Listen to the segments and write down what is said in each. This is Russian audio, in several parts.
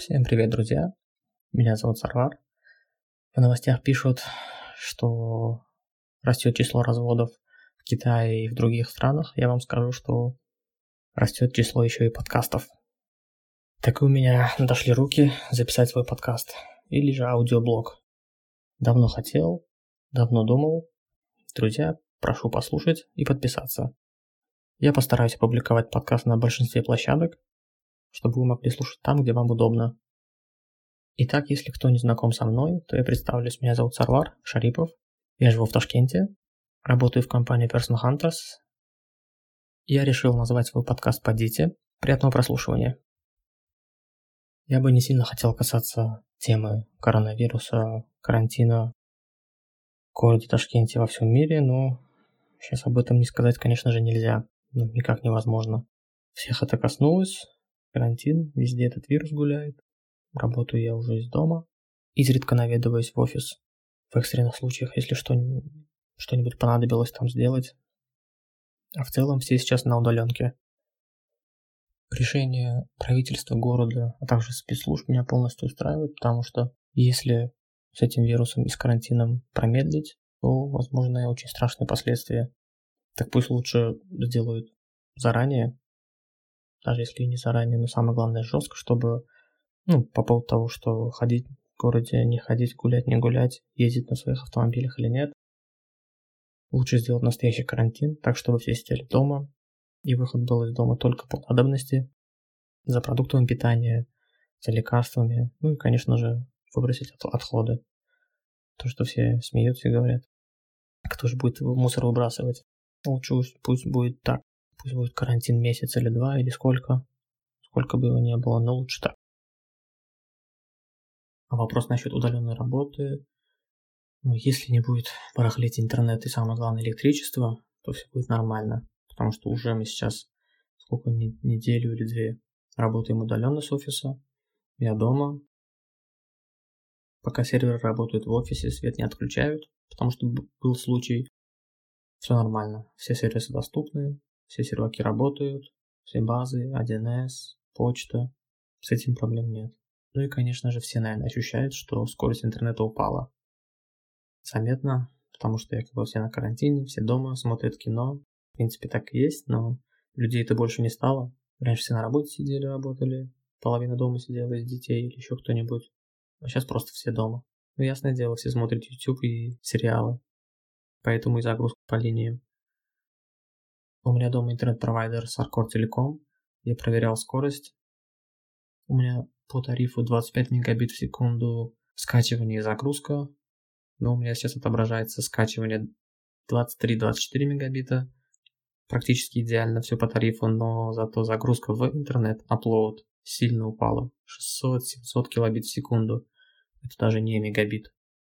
Всем привет, друзья! Меня зовут Сарвар. В новостях пишут, что растет число разводов в Китае и в других странах. Я вам скажу, что растет число еще и подкастов. Так и у меня дошли руки записать свой подкаст или же аудиоблог. Давно хотел, давно думал. Друзья, прошу послушать и подписаться. Я постараюсь опубликовать подкаст на большинстве площадок, чтобы вы могли слушать там, где вам удобно. Итак, если кто не знаком со мной, то я представлюсь. Меня зовут Сарвар Шарипов. Я живу в Ташкенте, работаю в компании Personal Hunters. Я решил назвать свой подкаст «Подите». Приятного прослушивания. Я бы не сильно хотел касаться темы коронавируса, карантина в городе Ташкенте во всем мире, но сейчас об этом не сказать, конечно же, нельзя. Никак невозможно. Всех это коснулось. Карантин, везде этот вирус гуляет. Работаю я уже из дома. Изредка наведываюсь в офис в экстренных случаях, если что-нибудь понадобилось там сделать. А в целом все сейчас на удаленке. Решение правительства города, а также спецслужб меня полностью устраивает, потому что если с этим вирусом и с карантином промедлить, то возможны очень страшные последствия. Так пусть лучше сделают заранее, даже если и не заранее, но самое главное жестко, чтобы по поводу того, что ходить в городе, не ходить, гулять, не гулять, ездить на своих автомобилях или нет. Лучше сделать настоящий карантин, так чтобы все сидели дома, и выход был из дома только по надобности, за продуктами питания, за лекарствами, и, конечно же, выбросить отходы. То, что все смеются и говорят, кто же будет мусор выбрасывать? Лучше пусть будет так, пусть будет карантин месяц или два, или сколько бы его ни было, но лучше так. А вопрос насчет удаленной работы. Если не будет барахлить интернет и самое главное электричество, то все будет нормально. Потому что уже мы сейчас неделю или две работаем удаленно с офиса. Я дома. Пока серверы работают в офисе, свет не отключают, потому что был случай. Все нормально. Все сервисы доступны, все серваки работают, все базы, 1С, почта. С этим проблем нет. И, конечно же, все, наверное, ощущают, что скорость интернета упала. Заметно, потому что все на карантине, все дома, смотрят кино. В принципе, так и есть, но людей-то больше не стало. Раньше все на работе сидели, работали, половина дома сидела из детей или еще кто-нибудь. А сейчас просто все дома. Ясное дело, все смотрят YouTube и сериалы. Поэтому и загрузка по линиям. У меня дома интернет-провайдер Sarkor Telecom. Я проверял скорость. У меня по тарифу 25 мегабит в секунду скачивание и загрузка. Но у меня сейчас отображается скачивание 23-24 мегабита. Практически идеально все по тарифу, но зато загрузка в интернет, upload, сильно упала. 600-700 килобит в секунду. Это даже не мегабит.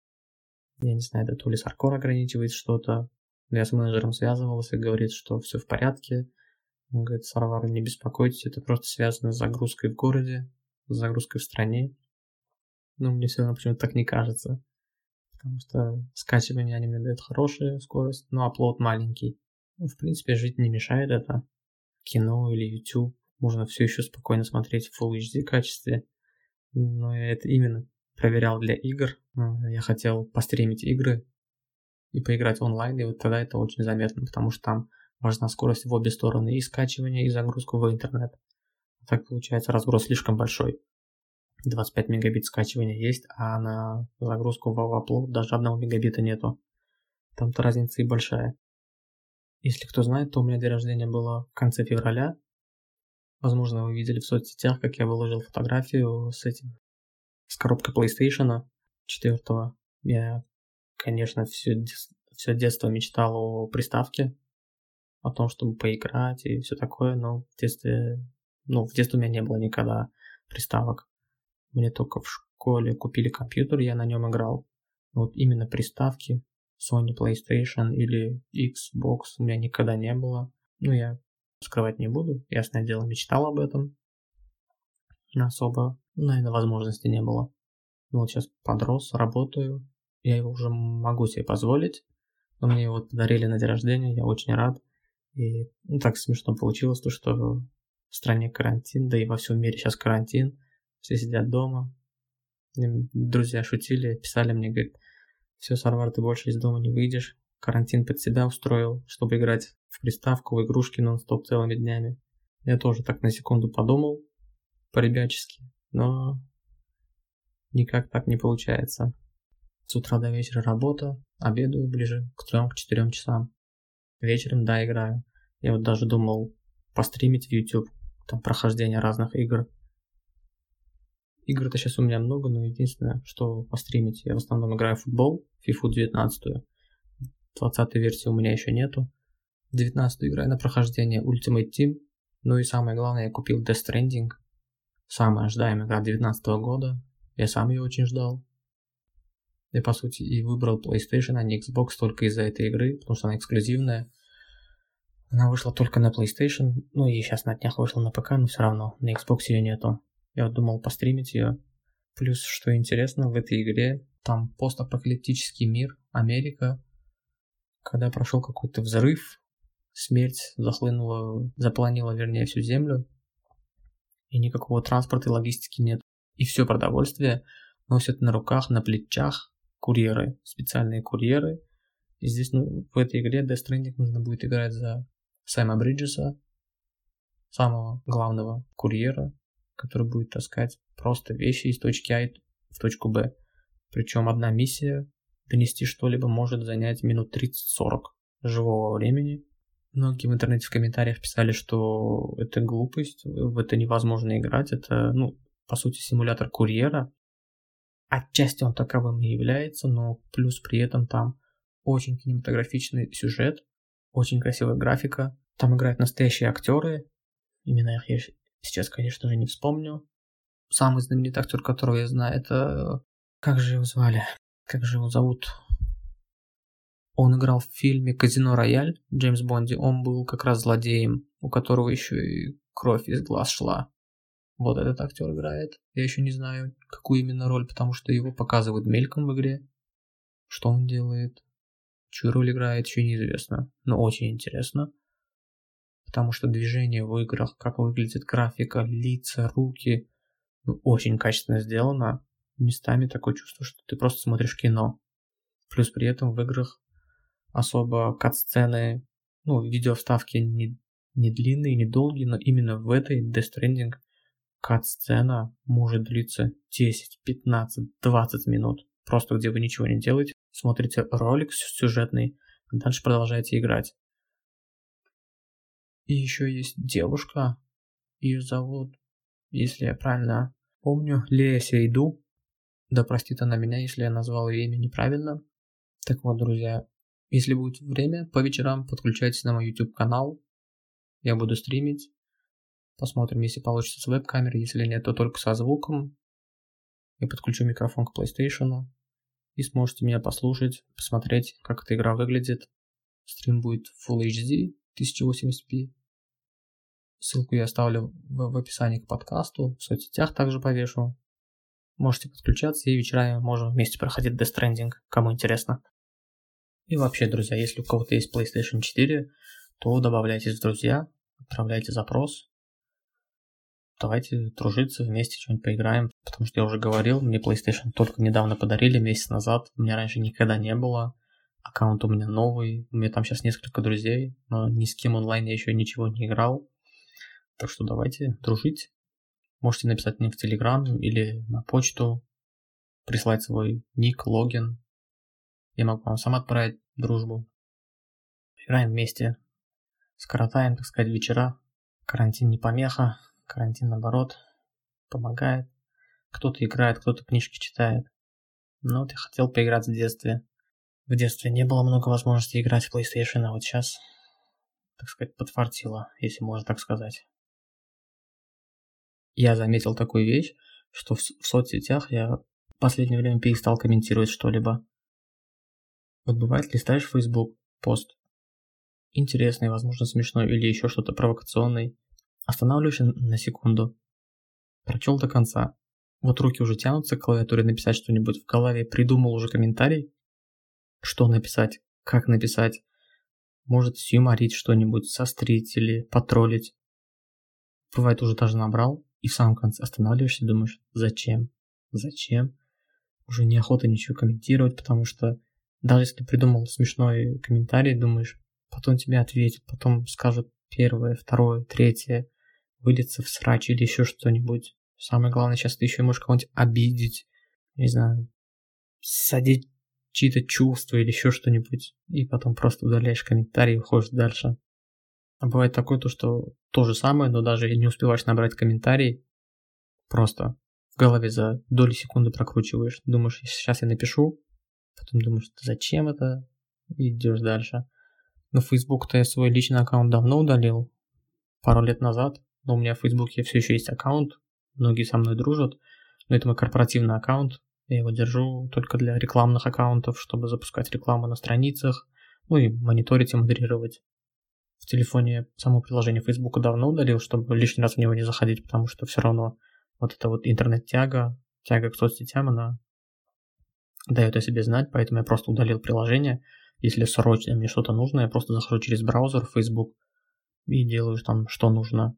Я не знаю, это то ли Sarkor ограничивает что-то. Я с менеджером связывался, говорит, что все в порядке. Он говорит, Сарвар, не беспокойтесь, это просто связано с загрузкой в городе, с загрузкой в стране. Но мне все равно почему-то так не кажется. Потому что скачивание они мне дают хорошую скорость, но апплод маленький. В принципе, жить не мешает это. Кино или YouTube можно все еще спокойно смотреть в Full HD качестве. Но я это именно проверял для игр. Я хотел постримить игры и поиграть онлайн, и вот тогда это очень заметно, потому что там важна скорость в обе стороны, и скачивание, и загрузку в интернет. Так получается разброс слишком большой. 25 мегабит скачивания есть, а на загрузку в upload даже 1 мегабита нету. Там-то разница и большая. Если кто знает, то у меня день рождения было в конце февраля. Возможно, вы видели в соцсетях, как я выложил фотографию с коробкой PlayStation 4. Я, конечно, все детство мечтал о приставке, о том, чтобы поиграть и все такое, но в детстве у меня не было никогда приставок. Мне только в школе купили компьютер, я на нем играл. Вот именно приставки Sony PlayStation или Xbox у меня никогда не было. Я скрывать не буду. Ясное дело, мечтал об этом. Особо, наверное, возможности не было. Вот сейчас подрос, работаю. Я его уже могу себе позволить. Но мне его подарили на день рождения, я очень рад. И так смешно получилось, что в стране карантин, да и во всем мире сейчас карантин. все сидят дома. Друзья шутили, писали мне, говорят, все, Сарвар, ты больше из дома не выйдешь. Карантин под себя устроил, чтобы играть в приставку, в игрушки нон-стоп целыми днями. Я тоже так на секунду подумал, по-ребячески, но никак так не получается. С утра до вечера работа, обедаю ближе к 3-4 часам. Вечером, да, играю. Я вот даже думал постримить в YouTube, там прохождение разных игр. Игр-то сейчас у меня много, но единственное, что постримить. Я в основном играю в футбол, FIFA 19. 20-й версии у меня еще нету. 19-ю играю на прохождение Ultimate Team. Ну и самое главное, я купил Death Stranding. Самая ожидаемая игра 2019 года. Я сам ее очень ждал. Я, по сути, и выбрал PlayStation, а не Xbox только из-за этой игры, потому что она эксклюзивная. Она вышла только на PlayStation, ну и сейчас на днях вышла на ПК, но все равно на Xbox ее нету. Я вот думал постримить ее. Плюс, что интересно, в этой игре там постапокалиптический мир, Америка. Когда прошел какой-то взрыв, смерть заполонила, вернее, всю землю, и никакого транспорта и логистики нет. И все продовольствие носят на руках, на плечах курьеры, специальные курьеры. И здесь, в этой игре Death Stranding нужно будет играть за Сэма Бриджеса, самого главного курьера, который будет таскать просто вещи из точки А в точку Б. Причем одна миссия донести что-либо может занять минут 30-40 живого времени. Многие в интернете в комментариях писали, что это глупость, в это невозможно играть, это, по сути, симулятор курьера. Отчасти он таковым и является, но плюс при этом там очень кинематографичный сюжет, очень красивая графика. Там играют настоящие актеры, имена их я сейчас, конечно же, не вспомню. Самый знаменитый актер, которого я знаю, это... Как же его звали? Как же его зовут? Он играл в фильме «Казино Рояль» Джеймс Бонди. Он был как раз злодеем, у которого еще и кровь из глаз шла. Вот этот актер играет. Я еще не знаю, какую именно роль, потому что его показывают мельком в игре. Что он делает? Чью роль играет, еще неизвестно. Но очень интересно. Потому что движение в играх, как выглядит графика, лица, руки, очень качественно сделано. Местами такое чувство, что ты просто смотришь кино. Плюс при этом в играх особо кат-сцены, видеовставки не длинные, не долгие, но именно в этой Death Stranding кат-сцена может длиться 10, 15, 20 минут. Просто где вы ничего не делаете, смотрите ролик сюжетный, дальше продолжаете играть. И еще есть девушка, ее зовут, если я правильно помню, Лея Сейду. Да простит она меня, если я назвал ее имя неправильно. Так вот, друзья, если будет время, по вечерам подключайтесь на мой YouTube канал. Я буду стримить. Посмотрим, если получится с веб-камерой. Если нет, то только со звуком. Я подключу микрофон к PlayStation. И сможете меня послушать, посмотреть, как эта игра выглядит. Стрим будет Full HD 1080p. Ссылку я оставлю в описании к подкасту. В соцсетях также повешу. Можете подключаться, и вечерами можем вместе проходить Death Stranding, кому интересно. И вообще, друзья, если у кого-то есть PlayStation 4, то добавляйтесь в друзья, отправляйте запрос. Давайте дружиться, вместе что-нибудь поиграем. Потому что я уже говорил, мне PlayStation только недавно подарили, месяц назад. У меня раньше никогда не было. Аккаунт у меня новый. У меня там сейчас несколько друзей, но ни с кем онлайн я еще ничего не играл. Так что давайте дружить. Можете написать мне в Telegram или на почту, прислать свой ник, логин. Я могу вам сам отправить дружбу. Играем вместе. Скоротаем, так сказать, вечера. Карантин не помеха. Карантин, наоборот, помогает. Кто-то играет, кто-то книжки читает. Но вот я хотел поиграть в детстве. В детстве не было много возможностей играть в PlayStation, а вот сейчас, так сказать, подфартило, если можно так сказать. Я заметил такую вещь, что в соцсетях я в последнее время перестал комментировать что-либо. Вот бывает, листаешь Facebook, пост, интересный, возможно, смешной или еще что-то провокационный, останавливаешься на секунду, прочел до конца. Вот руки уже тянутся к клавиатуре написать что-нибудь, в голове придумал уже комментарий, что написать, как написать, может сюморить что-нибудь, сострить или потроллить. Бывает, уже даже набрал, И в самом конце останавливаешься и думаешь, зачем? Зачем? Уже неохота ничего комментировать, потому что даже если ты придумал смешной комментарий, думаешь, потом тебе ответят, потом скажут первое, второе, третье, выльется в срач или еще что-нибудь. Самое главное, сейчас ты еще можешь кого-нибудь обидеть, не знаю, задеть чьи-то чувства или еще что-нибудь, и потом просто удаляешь комментарий и уходишь дальше. А бывает такое, что то же самое, но даже не успеваешь набрать комментарий, просто в голове за доли секунды прокручиваешь. Думаешь, сейчас я напишу, потом думаешь, зачем это, и идешь дальше. Но в Facebook-то я свой личный аккаунт давно удалил, пару лет назад, но у меня в Фейсбуке все еще есть аккаунт, многие со мной дружат, но это мой корпоративный аккаунт, я его держу только для рекламных аккаунтов, чтобы запускать рекламу на страницах, ну и мониторить и модерировать. В телефоне само приложение Facebook давно удалил, чтобы лишний раз в него не заходить, потому что все равно вот эта вот интернет-тяга, тяга к соцсетям, она дает о себе знать, поэтому я просто удалил приложение. Если срочно мне что-то нужно, я просто захожу через браузер в Facebook и делаю там, что нужно.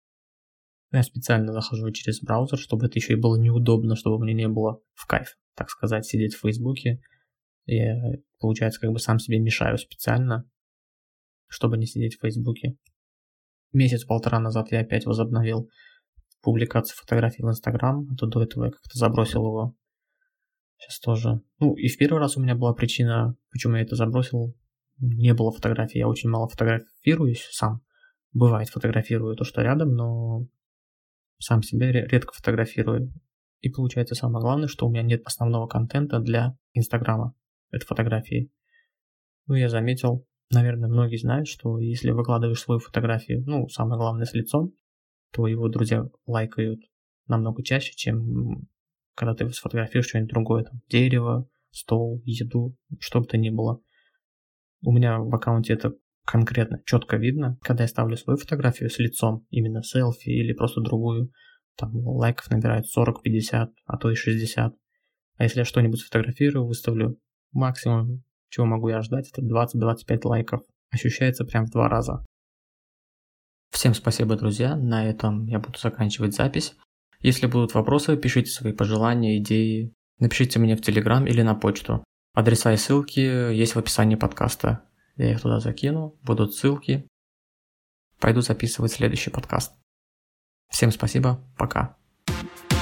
Я специально захожу через браузер, чтобы это еще и было неудобно, чтобы мне не было в кайф, так сказать, сидеть в Фейсбуке. Я, получается, как бы сам себе мешаю специально, чтобы не сидеть в Фейсбуке. Месяц-полтора назад я опять возобновил публикацию фотографий в Инстаграм, а то до этого я как-то забросил его. Сейчас тоже. Ну, и в первый раз у меня была причина, почему я это забросил. Не было фотографий, я очень мало фотографируюсь сам. Бывает, фотографирую то, что рядом, но сам себя редко фотографирую. И получается самое главное, что у меня нет основного контента для Инстаграма. Это фотографии. Ну, я заметил, наверное, многие знают, что если выкладываешь свою фотографию, ну, самое главное, с лицом, то его друзья лайкают намного чаще, чем когда ты сфотографируешь что-нибудь другое, там, дерево, стол, еду, что бы то ни было. У меня в аккаунте это конкретно четко видно, когда я ставлю свою фотографию с лицом, именно селфи или просто другую, там лайков набирает 40, 50, а то и 60. А если я что-нибудь сфотографирую, выставлю, максимум, чего могу я ждать, это 20-25 лайков. Ощущается прям в 2 раза. Всем спасибо, друзья, на этом я буду заканчивать запись. Если будут вопросы, пишите свои пожелания, идеи, напишите мне в Telegram или на почту. Адреса и ссылки есть в описании подкаста. Я их туда закину, будут ссылки. Пойду записывать следующий подкаст. Всем спасибо, пока.